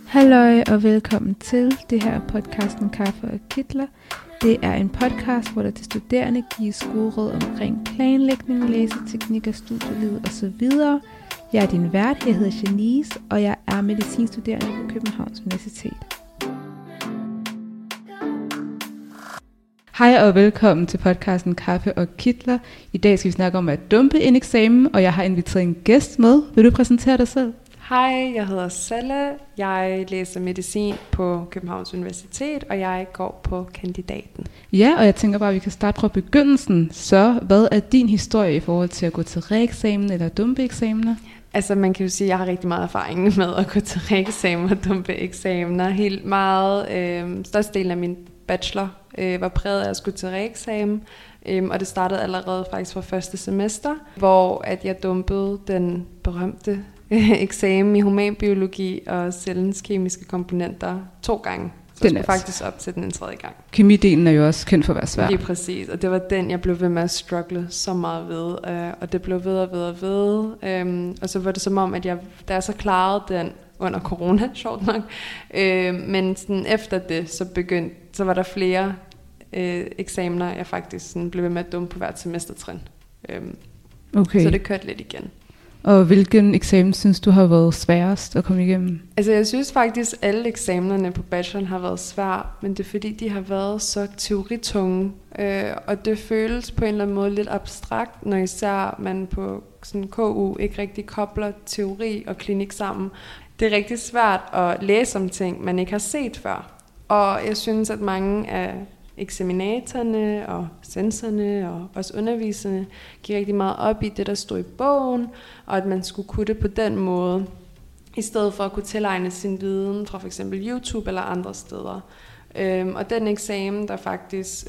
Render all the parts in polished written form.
Halløj og velkommen til. Det her er podcasten Kaffe og Kitler. Det er en podcast, hvor der til studerende gives gode råd omkring planlægning, læseteknikker, studielivet osv. Jeg er din vært, jeg hedder Janice, og jeg er medicinstuderende på Københavns Universitet. Hej og velkommen til podcasten Kaffe og Kitler. I dag skal vi snakke om at dumpe en eksamen, og jeg har inviteret en gæst med. Vil du præsentere dig selv? Hej, jeg hedder Salle. Jeg læser medicin på Københavns Universitet, og jeg går på kandidaten. Ja, og jeg tænker bare, at vi kan starte fra begyndelsen. Så hvad er din historie i forhold til at gå til reeksamen eller dumpe eksamener? Altså man kan jo sige, at jeg har rigtig meget erfaring med at gå til reeksamen og dumpe eksamener. Helt meget, størstedelen af min bachelor var præget af at skulle til reeksamen. Og det startede allerede faktisk fra første semester, hvor at jeg dumpede den berømte eksamen i humanbiologi og cellens kemiske komponenter 2 gange. Så jeg skulle faktisk op til den en 3. gang. Kemidelen er jo også kendt for at være svær. Lige præcis, og det var den, jeg blev ved med at struggle så meget ved. Og det blev ved og ved. Og så var det som om, at da jeg så klarede den under corona, sjovt nok. Men sådan efter det, så var der flere eksamener, jeg faktisk sådan blev ved med at dumpe på hvert semestertrin. Okay. Så det kørte lidt igen. Og hvilken eksamen synes du har været sværest at komme igennem? Altså jeg synes faktisk, at alle eksamenerne på bacheloren har været svære, men det er fordi, de har været så teoritunge. Og det føles på en eller anden måde lidt abstrakt, når især man på sådan KU ikke rigtig kobler teori og klinik sammen. Det er rigtig svært at læse om ting, man ikke har set før. Og jeg synes, at mange af eksaminatorerne og sensorerne og også underviserne gik rigtig meget op i det, der stod i bogen, og at man skulle kunne det på den måde, i stedet for at kunne tilegne sin viden fra f.eks. YouTube eller andre steder. Og den eksamen, der faktisk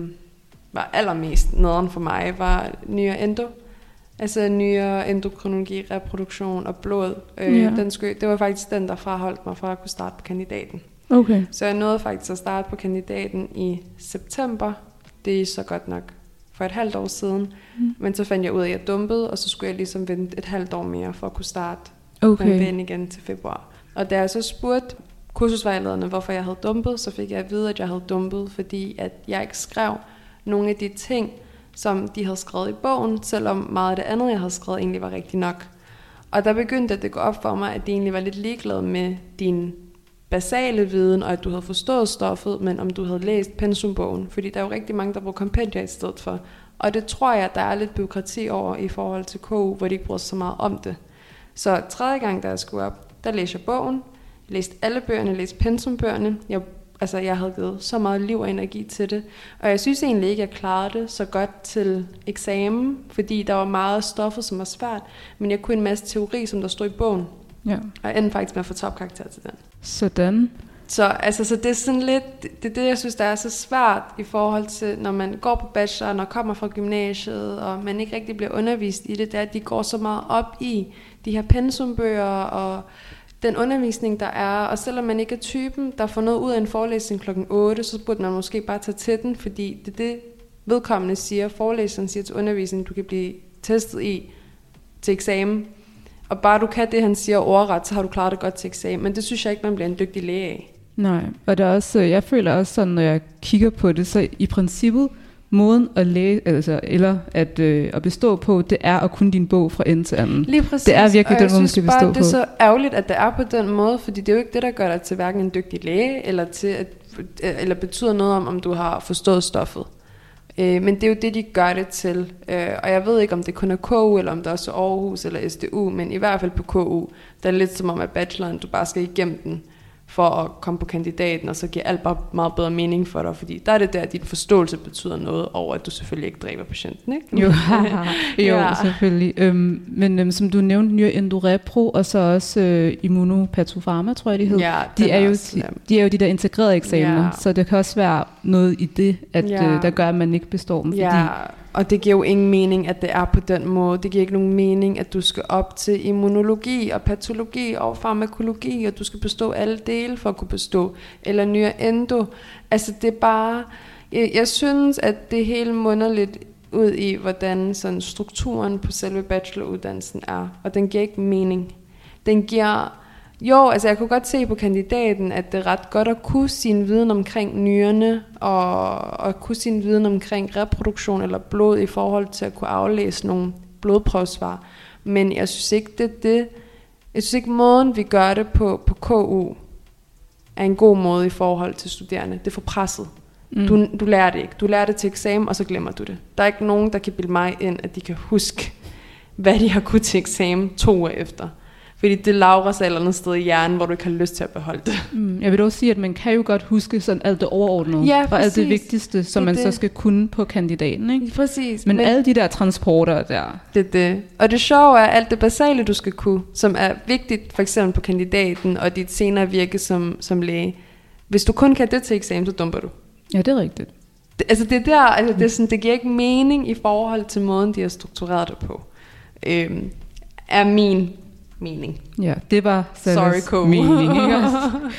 var allermest nederen for mig, var nyere endo. Altså nyere endokrinologi, reproduktion og blod. Det var faktisk den, der fraholdt mig fra at kunne starte på kandidaten. Okay. Så jeg nåede faktisk at starte på kandidaten i september. Det er så godt nok for et halvt år siden. Men så fandt jeg ud af, at jeg dumpede, og så skulle jeg ligesom vente et halvt år mere for at kunne starte den igen til februar. Og da jeg så spurgte kursusvejlederne, hvorfor jeg havde dumpet, så fik jeg at vide, at jeg havde dumpet, fordi at jeg ikke skrev nogle af de ting, som de havde skrevet i bogen, selvom meget af det andet, jeg havde skrevet, egentlig var rigtigt nok. Og der begyndte det at gå op for mig, at de egentlig var lidt ligeglade med din basale viden, og at du havde forstået stoffet, men om du havde læst pensumbogen, fordi der er jo rigtig mange, der bruger kompendier i stedet for. Og det tror jeg, der er lidt bureaukrati over i forhold til KU, hvor de ikke bruger så meget om det. Så 3. gang, da jeg skulle op, der læste jeg bogen, læste alle bøgerne, læste pensumbøgerne. Jeg havde givet så meget liv og energi til det, og jeg synes egentlig ikke, at jeg klarede det så godt til eksamen, fordi der var meget stoffet, som var svært, men jeg kunne en masse teori, som der stod i bogen. Ja. Og jeg endte faktisk med at få topkarakter til den. Sådan. Så det er sådan lidt, det jeg synes, der er så svært i forhold til, når man går på bacheloren og kommer fra gymnasiet, og man ikke rigtig bliver undervist i det, det er, at de går så meget op i de her pensumbøger og den undervisning, der er. Og selvom man ikke er typen, der får noget ud af en forelæsning kl. 8, så burde man måske bare tage til den, fordi det er det, vedkommende siger. Forelæseren siger til undervisningen, du kan blive testet i til eksamen. Og bare du kan det, han siger ordret, så har du klaret det godt til eksamen. Men det synes jeg ikke, man bliver en dygtig læge af. Nej, og der er også, jeg føler også sådan, når jeg kigger på det, så i princippet, måden at læse, eller at bestå på, det er at kunne din bog fra ende til anden. Lige præcis. Det er virkelig den måde, man skal bestå på. Det er så ærgerligt, at det er på den måde, fordi det er jo ikke det, der gør dig til hverken en dygtig læge, eller betyder noget om du har forstået stoffet. Men det er jo det, de gør det til. Og jeg ved ikke, om det kun er KU, eller om det også er Aarhus eller SDU, men i hvert fald på KU, der er lidt som om, at bacheloren, du bare skal igennem den for at komme på kandidaten, og så giver alt bare meget bedre mening for dig, fordi der er det der, at din forståelse betyder noget over, at du selvfølgelig ikke dræber patienten, ikke? Jo, selvfølgelig. Men som du nævnte, nyere endorepro, og så også immunopatofarma, tror jeg, de hed. Ja, de er jo de der integrerede eksamener, så det kan også være noget i det, at der gør, at man ikke består dem. Fordi og det giver jo ingen mening, at det er på den måde. Det giver ikke nogen mening, at du skal op til immunologi og patologi og farmakologi, og du skal bestå alle dele for at kunne bestå. Eller nyere endo. Altså det er bare... Jeg synes, at det hele munder lidt ud i, hvordan sådan strukturen på selve bacheloruddannelsen er. Og den giver ikke mening. Den giver Jo, altså jeg kunne godt se på kandidaten, at det er ret godt at kunne sin viden omkring nyrerne, og kunne sin viden omkring reproduktion eller blod i forhold til at kunne aflæse nogle blodprøvesvar. Men jeg synes ikke, jeg synes ikke, måden vi gør det på KU er en god måde i forhold til studerende. Det er for presset. Du lærer det ikke. Du lærer det til eksamen, og så glemmer du det. Der er ikke nogen, der kan bilde mig ind, at de kan huske, hvad de har kunnet til eksamen 2 uger efter. Fordi det lagrer sig et eller andet sted i hjernen, hvor du ikke har lyst til at beholde det. Jeg vil også sige, at man kan jo godt huske sådan alt det overordnede, og alt det vigtigste, som man så skal kunne på kandidaten. Ikke? Præcis. Men alle de der transporter der. Det. Og det sjove er, alt det basale, du skal kunne, som er vigtigt for eksempel på kandidaten, og dit senere virke som læge. Hvis du kun kan det til eksamen, så dumper du. Ja, det er rigtigt. Det er der, altså det er sådan, det giver ikke mening i forhold til måden, de har struktureret det på. Er min mening. Ja, det var Salles mening, ikke også?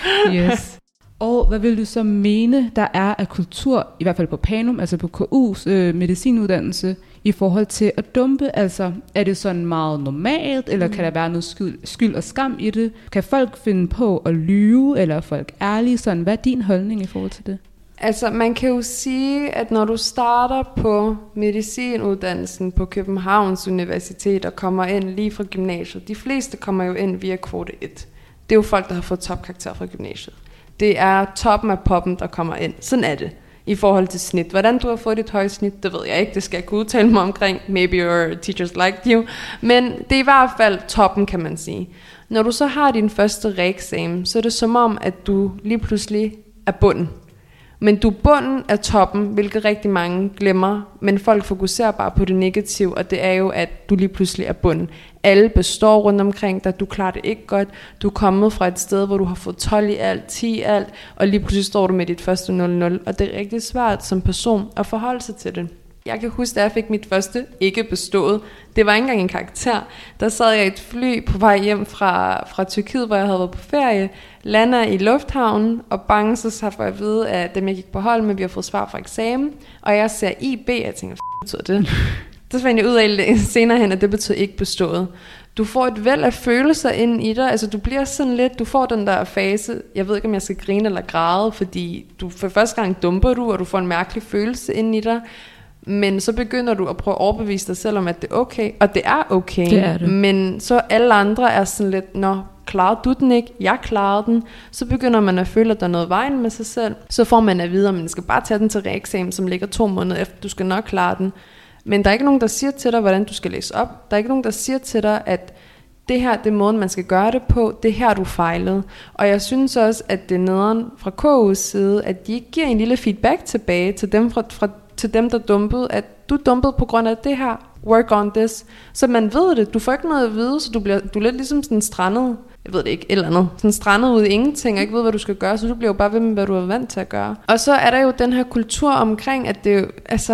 Yes. Og hvad vil du så mene, der er af kultur, i hvert fald på Panum, altså på KU's medicinuddannelse, i forhold til at dumpe? Altså, er det sådan meget normalt, eller kan der være noget skyld og skam i det? Kan folk finde på at lyve, eller er folk ærlige? Sådan, hvad er din holdning i forhold til det? Altså, man kan jo sige, at når du starter på medicinuddannelsen på Københavns Universitet og kommer ind lige fra gymnasiet, de fleste kommer jo ind via kvote 1. Det er jo folk, der har fået topkarakter fra gymnasiet. Det er toppen af poppen, der kommer ind. Sådan er det i forhold til snit. Hvordan du har fået dit høje snit, det ved jeg ikke. Det skal jeg kunne udtale mig omkring. Maybe your teachers liked you. Men det er i hvert fald toppen, kan man sige. Når du så har din første reeksamen, så er det som om, at du lige pludselig er bunden. Men du er bunden af toppen, hvilket rigtig mange glemmer, men folk fokuserer bare på det negative, og det er jo, at du lige pludselig er bunden. Alle består rundt omkring dig, du klarer det ikke godt, du er kommet fra et sted, hvor du har fået 12 i alt, 10 i alt, og lige pludselig står du med dit første 0-0, og det er rigtig svært som person at forholde sig til det. Jeg kan huske, da jeg fik mit første ikke bestået. Det var ikke engang en karakter. Der sad jeg i et fly på vej hjem fra Tyrkiet, hvor jeg havde været på ferie. Lander i lufthavnen, og bange så får jeg at vide, at dem jeg gik på hold med, vi har fået svar fra eksamen. Og jeg ser IB, og jeg tænker, hvad betyder det? Så fandt jeg ud af senere hen, at det betyder ikke bestået. Du får et væld af følelser ind i dig. Altså du bliver sådan lidt, du får den der fase, jeg ved ikke om jeg skal grine eller græde, fordi du for første gang dumper du, og du får en mærkelig følelse ind i dig. Men så begynder du at prøve at overbevise dig selv om, at det er okay. Og det er okay. Det er det. Men så alle andre er sådan lidt, nå, klarede du den ikke? Jeg klarede den. Så begynder man at føle, at der er noget vejen med sig selv. Så får man at vide, at man skal bare tage den til reeksamen, som ligger 2 måneder efter. Du skal nok klare den. Men der er ikke nogen, der siger til dig, hvordan du skal læse op. Der er ikke nogen, der siger til dig, at det her det er måden, man skal gøre det på. Det er her, du fejlede. Og jeg synes også, at det er nederen fra KU's side, at de ikke giver en lille feedback tilbage til dem til dem, der dumpede, at du dumpede på grund af det her, work on this. Så man ved det, du får ikke noget at vide, så du er lidt ligesom sådan strandet, jeg ved det ikke, eller andet, sådan strandet ud i ingenting, og ikke ved, hvad du skal gøre, så du bliver jo bare ved med, hvad du er vant til at gøre. Og så er der jo den her kultur omkring, at det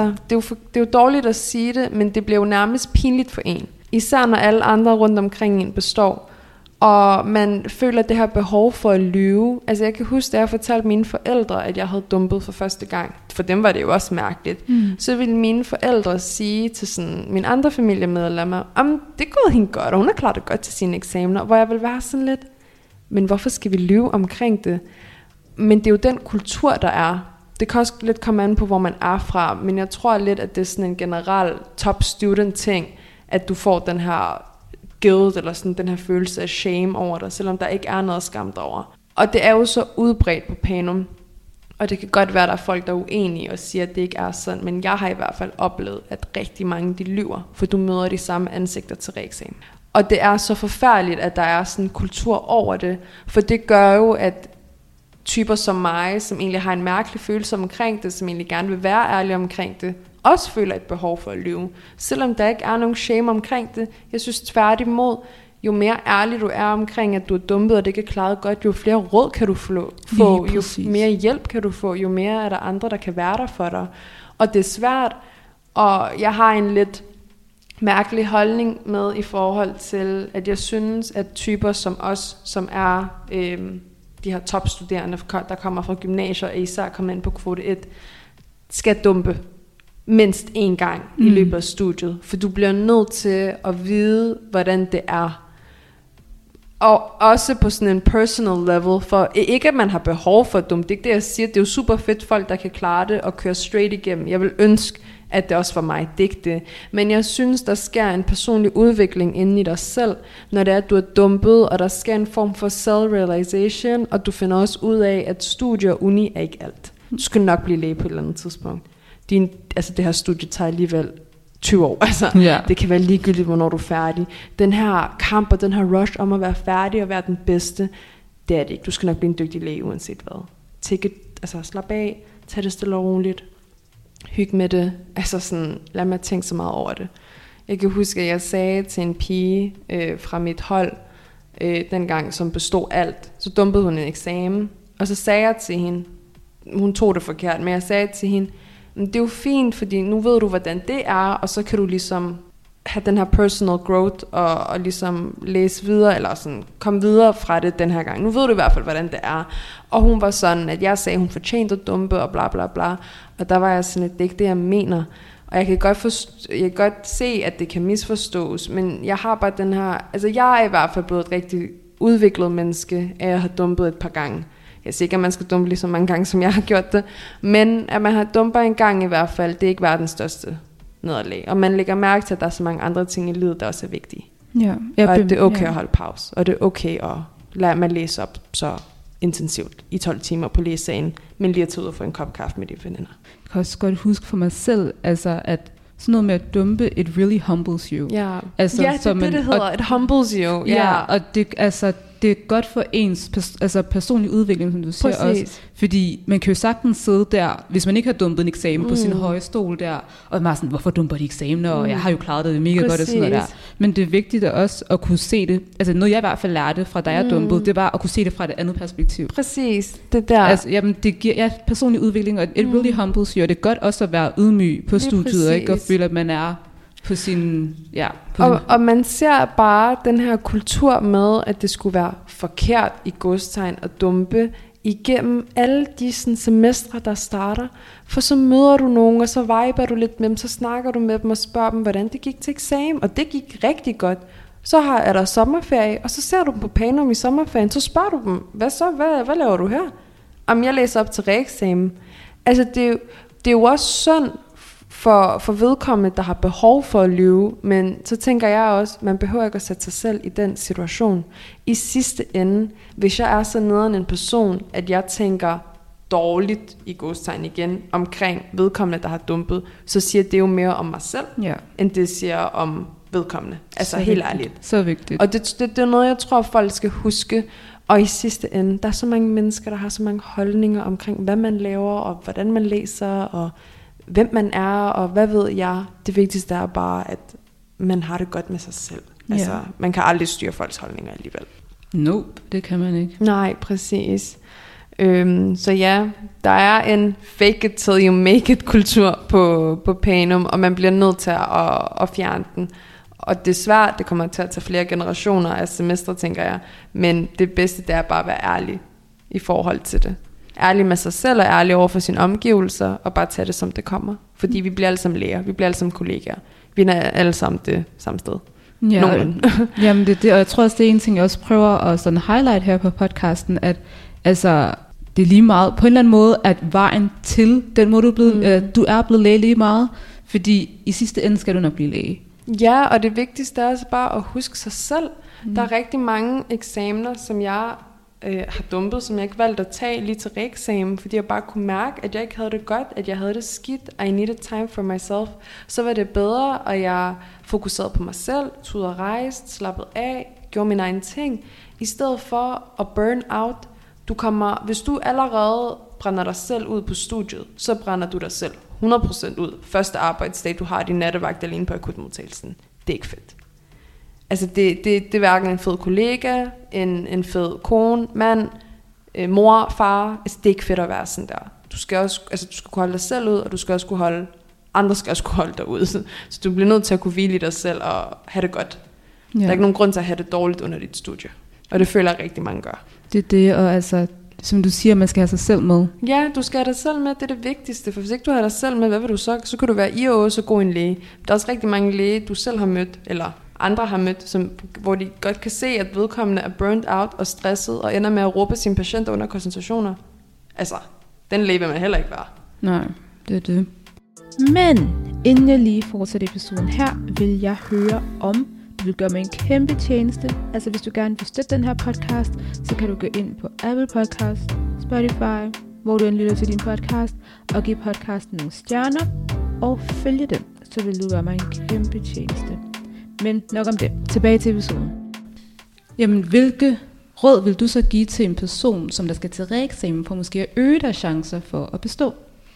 er jo dårligt at sige det, men det bliver jo nærmest pinligt for en. Især når alle andre rundt omkring en består. Og man føler det her behov for at lyve. Altså jeg kan huske, da jeg fortalte mine forældre, at jeg havde dumpet for første gang. For dem var det jo også mærkeligt. Så ville mine forældre sige til sådan mine andre familiemedlemmer, det er gået hende godt, og hun har klaret det godt til sine eksamener. Hvor jeg vil være sådan lidt, men hvorfor skal vi lyve omkring det? Men det er jo den kultur, der er. Det kan også lidt komme an på, hvor man er fra. Men jeg tror lidt, at det er sådan en generel top student ting, at du får den her guilt, eller sådan den her følelse af shame over dig, selvom der ikke er noget skam derover. Og det er jo så udbredt på Panum, og det kan godt være, at der er folk, der er uenige og siger, at det ikke er sådan, men jeg har i hvert fald oplevet, at rigtig mange de lyver, for du møder de samme ansigter til reeksamen. Og det er så forfærdeligt, at der er sådan en kultur over det, for det gør jo, at typer som mig, som egentlig har en mærkelig følelse omkring det, som egentlig gerne vil være ærlig omkring det, også føler et behov for at lyve. Selvom der ikke er nogen shame omkring det. Jeg synes tværtimod, jo mere ærlig du er omkring, at du er dumpet, og det ikke er klaret godt, jo flere råd kan du få, jo mere hjælp kan du få, jo mere er der andre, der kan være der for dig. Og det er svært, og jeg har en lidt mærkelig holdning med i forhold til, at jeg synes, at typer som os, som er de her topstuderende, der kommer fra gymnasier, og især kommer ind på kvote 1, skal dumpe mindst 1 gang i løbet af studiet. For du bliver nødt til at vide, hvordan det er. Og også på sådan en personal level, for ikke at man har behov for at dumpe, det er ikke det jeg siger, det er jo super fedt folk der kan klare det og køre straight igennem. Jeg vil ønske at det også var mig, det ikke det. Men jeg synes der sker en personlig udvikling inde i dig selv, når det er at du er dumpet, og der sker en form for self-realization, og du finder også ud af at studie og uni er ikke alt. Du skal nok blive læge på et eller andet tidspunkt. Det her studie tager alligevel 20 år. Det kan være ligegyldigt, hvornår du er færdig. Den her kamp og den her rush om at være færdig og være den bedste, det er det ikke. Du skal nok blive en dygtig læge, uanset hvad. Slap af, tag det stille og roligt, hygge med det. Lad mig tænke så meget over det. Jeg kan huske, at jeg sagde til en pige fra mit hold, dengang, som bestod alt, så dumpede hun en eksamen, og så sagde jeg til hende, hun tog det forkert, men jeg sagde til hende, det er jo fint, fordi nu ved du, hvordan det er, og så kan du ligesom have den her personal growth, og ligesom læse videre, eller sådan komme videre fra det den her gang. Nu ved du i hvert fald, hvordan det er. Og hun var sådan, at jeg sagde, hun fortjente at dumpe, og bla bla bla. Og der var jeg sådan, at det er ikke det, jeg mener. Og jeg kan godt se, at det kan misforstås, men jeg har bare den her, jeg er i hvert fald blevet et rigtig udviklet menneske, af at have dumpet et par gange. Jeg siger ikke, at man skal dumpe lige så mange gange, som jeg har gjort det, men at man har dumper en gang i hvert fald, det er ikke verdens største nederlag. Og man lægger mærke til, at der er så mange andre ting i livet, der også er vigtige. Ja. Og at det er okay at holde pause, og det er okay at lade mig læse op så intensivt i 12 timer på læsesagen, men lige at tage ud og få en kop kaffe med de veninder. Jeg kan også godt huske for mig selv, at sådan noget med at dumpe, it really humbles you. Ja, det er det hedder, it humbles you. Ja, og det er godt for ens personlig udvikling, som du siger også. Fordi man kan jo sagtens sidde der, hvis man ikke har dumpet en eksamen på sin høje stol der, og man er sådan, hvorfor dumper de eksamener, og jeg har jo klaret det mega godt og sådan noget der. Men det er vigtigt også at kunne se det, noget jeg i hvert fald lærte fra, da jeg dumpede, det var at kunne se det fra et andet perspektiv. Præcis, det der. Det giver personlig udvikling, og it really humbles you, og det er godt også at være ydmyg på studiet, og ikke at føle, at man er på sin, og man ser bare den her kultur med, at det skulle være forkert i godstegn at dumpe igennem alle de semestre, der starter. For så møder du nogen, og så viber du lidt med dem, så snakker du med dem og spørger dem, hvordan det gik til eksamen, og det gik rigtig godt. Så er der sommerferie, og så ser du dem på Panum i sommerferien, så spørger du dem, hvad så, hvad laver du her? Om jeg læser op til reeksamen. Det er jo også synd for vedkommende, der har behov for at lyve, men så tænker jeg også, man behøver ikke at sætte sig selv i den situation. I sidste ende, hvis jeg er så nederen en person, at jeg tænker dårligt i godstegn igen omkring vedkommende, der har dumpet, så siger det jo mere om mig selv, end det siger om vedkommende. Så helt vigtigt. Ærligt. Så vigtigt. Og det er noget, jeg tror, folk skal huske. Og i sidste ende, der er så mange mennesker, der har så mange holdninger omkring, hvad man laver, og hvordan man læser, og hvem man er, og hvad ved jeg. Det vigtigste er bare, at man har det godt med sig selv. Man kan aldrig styre folks holdninger alligevel. Nope, det kan man ikke. Nej, præcis. Så ja, der er en fake it till you make it kultur på Panum, og man bliver nødt til at fjerne den. Og det er svært, det kommer til at tage flere generationer af semester, tænker jeg. Men det bedste, det er bare at være ærlig i forhold til det. Ærlig med sig selv og ærlig over for sine omgivelser, og bare tage det, som det kommer. Fordi vi bliver alle sammen læger, vi bliver alle sammen kollegaer. Vi er alle sammen det samme sted. Ja, jamen det, og jeg tror også, det er en ting, jeg også prøver at sådan highlight her på podcasten, at det er lige meget, på en eller anden måde, at vejen til den måde, du er blevet læge lige meget, fordi i sidste ende skal du nok blive læge. Ja, og det vigtigste er altså bare at huske sig selv. Der er rigtig mange eksamener, som jeg har dumpet, som jeg ikke valgte at tage lige til reeksamen, fordi jeg bare kunne mærke, at jeg ikke havde det godt, at jeg havde det skidt, I needed time for myself. Så var det bedre, og jeg fokuserede på mig selv, tog ud og rejste, slappede af, gjorde mine egne ting, i stedet for at burn out. Hvis du allerede brænder dig selv ud på studiet, så brænder du dig selv 100% ud. Første arbejdsdag, du har din nattevagt alene på akutmodtagelsen. Det er ikke fedt. Det er hverken en fed kollega, en fed kone, mand, mor, far. Det er ikke fedt at være sådan der. Du skal også, du skal kunne holde dig selv ud, og du skal også kunne holde, andre skal også kunne holde dig ud. Så du bliver nødt til at kunne hvile i dig selv og have det godt. Ja. Der er ikke nogen grund til at have det dårligt under dit studie. Og det føler jeg rigtig mange gør. Det er det, og som du siger, man skal have sig selv med. Ja, du skal have dig selv med, det er det vigtigste. For hvis ikke du har dig selv med, hvad vil du så? Så kan du være så god en læge. Der er også rigtig mange læge, du selv har mødt, eller andre har mødt, hvor de godt kan se, at vedkommende er burnt out og stresset, og ender med at råbe sine patienter under koncentrationer. Altså, den læge vil man heller ikke være. Nej, det er det. Men inden jeg lige fortsætter episoden her, vil jeg høre om, du vil gøre mig en kæmpe tjeneste. Altså hvis du gerne vil støtte den her podcast, så kan du gå ind på Apple Podcast, Spotify, hvor du lytter til din podcast, og give podcasten nogle stjerner, og følge den, så vil du gøre mig en kæmpe tjeneste. Men nok om det. Tilbage til episoden. Jamen, hvilke råd vil du så give til en person, som der skal til reeksamen, for måske at øge deres chancer for at bestå?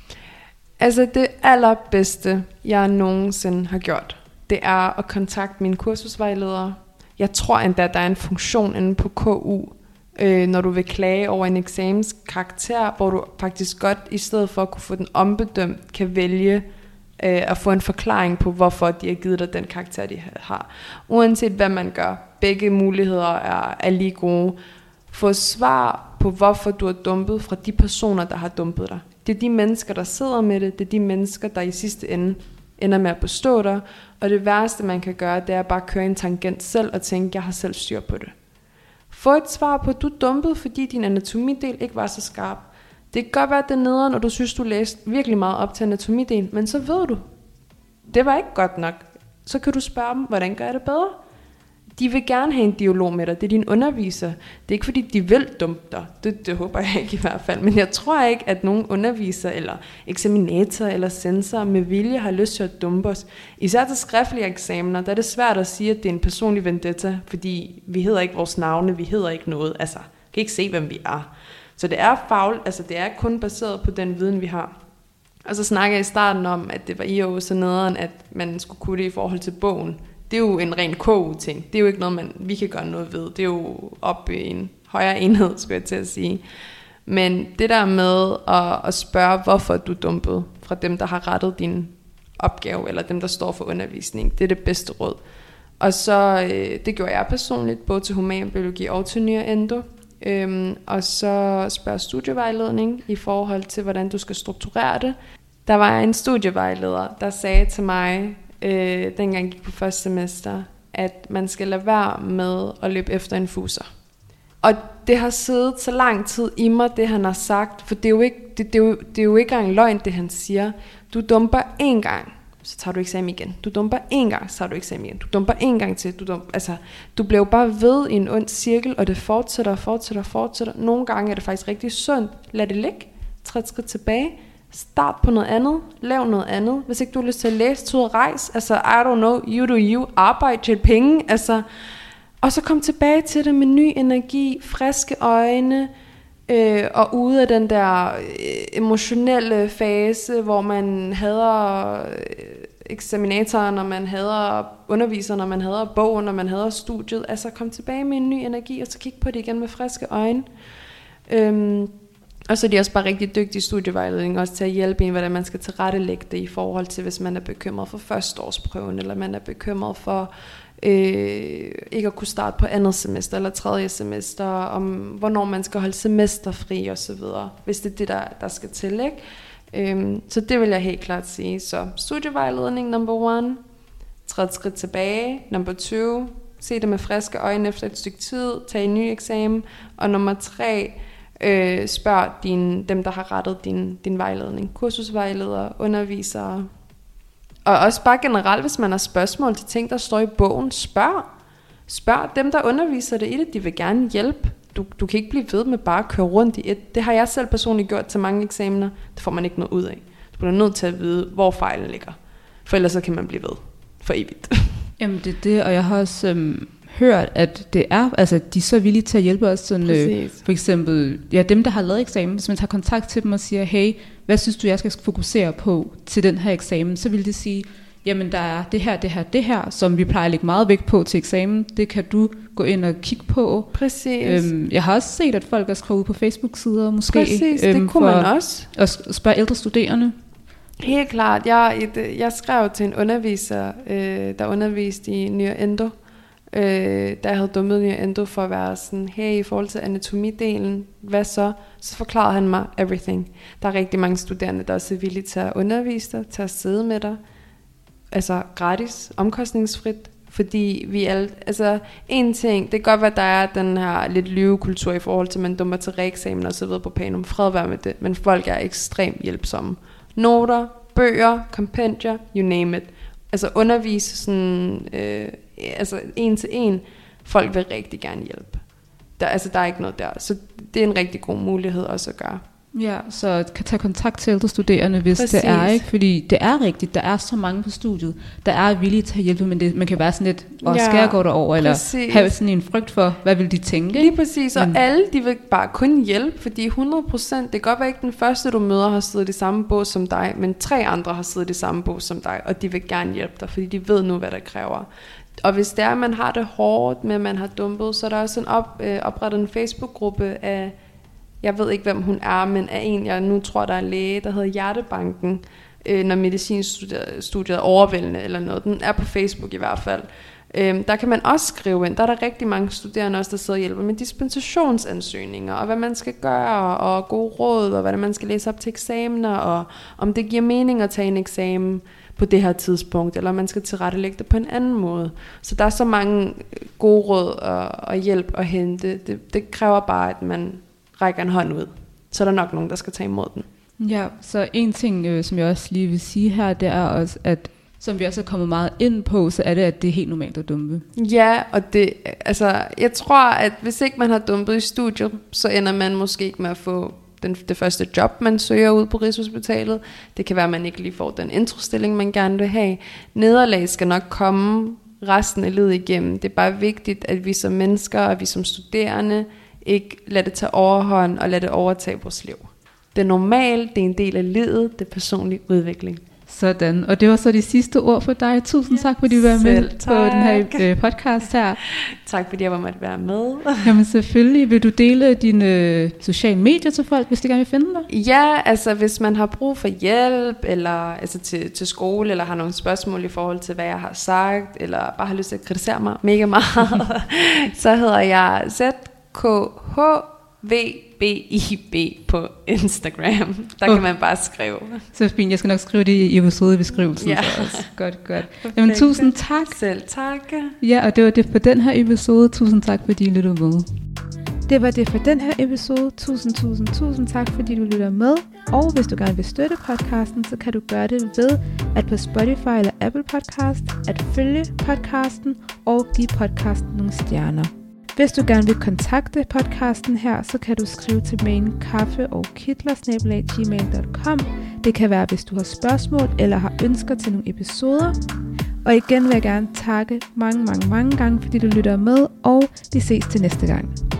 Altså det allerbedste, jeg nogensinde har gjort, det er at kontakte mine kursusvejledere. Jeg tror endda, der er en funktion inde på KU, når du vil klage over en eksamenskarakter, hvor du faktisk godt, i stedet for at kunne få den ombedømt, kan vælge at få en forklaring på, hvorfor de har givet dig den karakter, de har. Uanset hvad man gør, begge muligheder er lige gode. Få svar på, hvorfor du er dumpet fra de personer, der har dumpet dig. Det er de mennesker, der sidder med det. Det er de mennesker, der i sidste ende ender med at bestå dig. Og det værste, man kan gøre, det er bare at køre en tangent selv og tænke, jeg har selv styr på det. Få et svar på, at du er dumpet, fordi din anatomidel ikke var så skarp. Det kan godt være, at det er nederen, og du synes, du læste virkelig meget op til anatomidelen, men så ved du, det var ikke godt nok. Så kan du spørge dem, hvordan gør jeg det bedre? De vil gerne have en dialog med dig. Det er din underviser. Det er ikke fordi, de vil dumpe dig. Det håber jeg ikke i hvert fald. Men jeg tror ikke, at nogen underviser, eller eksaminator, eller censor med vilje har lyst til at dumpe os. Især til skriftlige eksamener, der er det svært at sige, at det er en personlig vendetta, fordi vi hedder ikke vores navne, vi hedder ikke noget. Altså, kan ikke se, hvem vi er. Så det er fagligt, altså det er kun baseret på den viden, vi har. Og så snakker jeg i starten om, at det var jo så nederen, at man skulle kunne det i forhold til bogen. Det er jo en ren KU-ting. Det er jo ikke noget, vi kan gøre noget ved. Det er jo op i en højere enhed, skulle jeg til at sige. Men det der med at spørge, hvorfor du er dumpet fra dem, der har rettet din opgave, eller dem, der står for undervisning, det er det bedste råd. Og så, det gjorde jeg personligt, både til humanbiologi og til neuroendo. Og så spørge studievejledning i forhold til, hvordan du skal strukturere det. Der var en studievejleder, der sagde til mig, dengang jeg gik på første semester, at man skal lade være med at løbe efter infuser. Og det har siddet så lang tid i mig, det han har sagt, for det er jo ikke engang løgn, det han siger. Du dumper én gang, så tager du eksamen igen. Du dumper én gang, så tager du eksamen igen. Du dumper én gang til. Du bliver jo bare ved i en ond cirkel, og det fortsætter. Nogle gange er det faktisk rigtig sundt. Lad det ligge. Træd skridt tilbage. Start på noget andet. Lav noget andet. Hvis ikke du har lyst til at læse, så ud og rejse. Altså, I don't know, you do you. Arbejde til penge. Altså, og så kom tilbage til det med ny energi, friske øjne, og ude af den der emotionelle fase, hvor man hader eksaminatoren, når man hader underviseren, når man hader bogen, når man hader studiet. Altså kom tilbage med en ny energi, og så kig på det igen med friske øjne. Og så er de også bare rigtig dygtige studievejledning, også til at hjælpe en, hvordan man skal tilrettelægge det i forhold til, hvis man er bekymret for førsteårsprøven, eller man er bekymret for ikke at kunne starte på andet semester eller tredje semester, om hvornår man skal holde semesterfri og så videre, hvis det er det, der skal til, ikke? Så det vil jeg helt klart sige. Så studievejledning number 1, træd et skridt tilbage, number 2, se det med friske øjne efter et stykke tid, tag en ny eksamen, og nummer 3, spørg dem, der har rettet din vejledning, kursusvejledere, undervisere. Og også bare generelt, hvis man har spørgsmål til ting, der står i bogen, spørg dem, der underviser det i det. De vil gerne hjælpe. Du kan ikke blive ved med bare at køre rundt i et. Det har jeg selv personligt gjort til mange eksamener. Det får man ikke noget ud af. Du bliver nødt til at vide, hvor fejlen ligger. For ellers så kan man blive ved for evigt. Jamen det er det, og jeg har også hørt, at det er, altså de er så villige til at hjælpe os. Sådan, for eksempel, dem, der har lavet eksamen, hvis man tager kontakt til dem og siger, hey, hvad synes du, jeg skal fokusere på til den her eksamen, så vil de sige, jamen der er det her, som vi plejer at lægge meget vægt på til eksamen, det kan du gå ind og kigge på. Præcis. Jeg har også set, at folk har skrevet ud på Facebook-sider måske. Præcis, det kunne man også. Og spørge ældre studerende. Helt klart. Jeg skrev til en underviser, der underviste i neuroendo, der havde dummet neuroendo for at være sådan, hey, i forhold til anatomidelen, hvad så? Så forklarede han mig everything. Der er rigtig mange studerende, der også er villige til at undervise dig, til at sidde med dig, altså gratis, omkostningsfrit, Fordi vi alle, altså en ting, det kan godt være, at der er den her lidt lyvekultur i forhold til, at man dumper til reeksamen og så videre på Panum. Fred være med det, men folk er ekstremt hjælpsomme. Noter, bøger, kompendier, you name it. Altså undervise sådan, altså en til en. Folk vil rigtig gerne hjælpe. Der er ikke noget der. Så det er en rigtig god mulighed også at gøre. Ja, så kan tage kontakt til ældre studerende, hvis Præcis. Det er, ikke? Fordi det er rigtigt, der er så mange på studiet, der er villige til at hjælpe, men man kan være sådan lidt, skal jeg gå derover, eller have sådan en frygt for, hvad vil de tænke? Lige præcis, og alle, de vil bare kun hjælpe, fordi 100%, det kan godt være ikke den første, du møder, har siddet i samme bås som dig, men 3 andre har siddet i samme bås som dig, og de vil gerne hjælpe dig, fordi de ved nu, hvad der kræver. Og hvis det er, at man har det hårdt med, at man har dumpet, så er der også oprettet en Facebook-gruppe af, jeg ved ikke, hvem hun er, men af en, jeg nu tror, der er læge, der hedder Hjertebanken, når medicinstudiet er overvældende eller noget. Den er på Facebook i hvert fald. Der kan man også skrive ind. Der er der rigtig mange studerende også, der sidder og hjælper med dispensationsansøgninger, og hvad man skal gøre, og gode råd, og hvad man skal læse op til eksamener, og om det giver mening at tage en eksamen på det her tidspunkt, eller man skal tilrettelægge det på en anden måde. Så der er så mange gode råd og hjælp at hente. Det kræver bare, at man rækker en hånd ud. Så er der nok nogen, der skal tage imod den. Ja, så en ting, som jeg også lige vil sige her, det er også, at som vi også er kommet meget ind på, så er det, at det er helt normalt at dumpe. Ja, og det, altså, jeg tror, at hvis ikke man har dumpet i studiet, så ender man måske ikke med at få det første job, man søger ud på Rigshospitalet. Det kan være, at man ikke lige får den introstilling, man gerne vil have. Nederlag skal nok komme resten af livet igennem. Det er bare vigtigt, at vi som mennesker og vi som studerende ikke lader det tage overhånd og lade det overtage vores liv. Det er normalt, det er en del af livet, det er personlig udvikling. Sådan, og det var så de sidste ord for dig. Tusind tak, fordi du var med på den her podcast her. Tak, fordi jeg var med at være med. Jamen selvfølgelig. Vil du dele dine sociale medier til folk, hvis de gerne vil finde dig? Ja, altså hvis man har brug for hjælp, eller altså til skole, eller har nogle spørgsmål i forhold til, hvad jeg har sagt, eller bare har lyst til at kritisere mig mega meget, så hedder jeg ZKHVBIB på Instagram. Der kan man bare skrive. Så fint, jeg skal nok skrive det i episodebeskrivelsen. Ja. Så også. Godt. Jamen tusind tak. Selv tak. Ja, og det var det for den her episode. Tusind tak, fordi I lyttede med. Det var det for den her episode. Tusind tak, fordi du lytter med. Og hvis du gerne vil støtte podcasten, så kan du gøre det ved at på Spotify eller Apple Podcast at følge podcasten og give podcasten nogle stjerner. Hvis du gerne vil kontakte podcasten her, så kan du skrive til mailen kaffeogkitler@gmail.com. Det kan være, hvis du har spørgsmål eller har ønsker til nogle episoder. Og igen vil jeg gerne takke mange gange, fordi du lytter med, og vi ses til næste gang.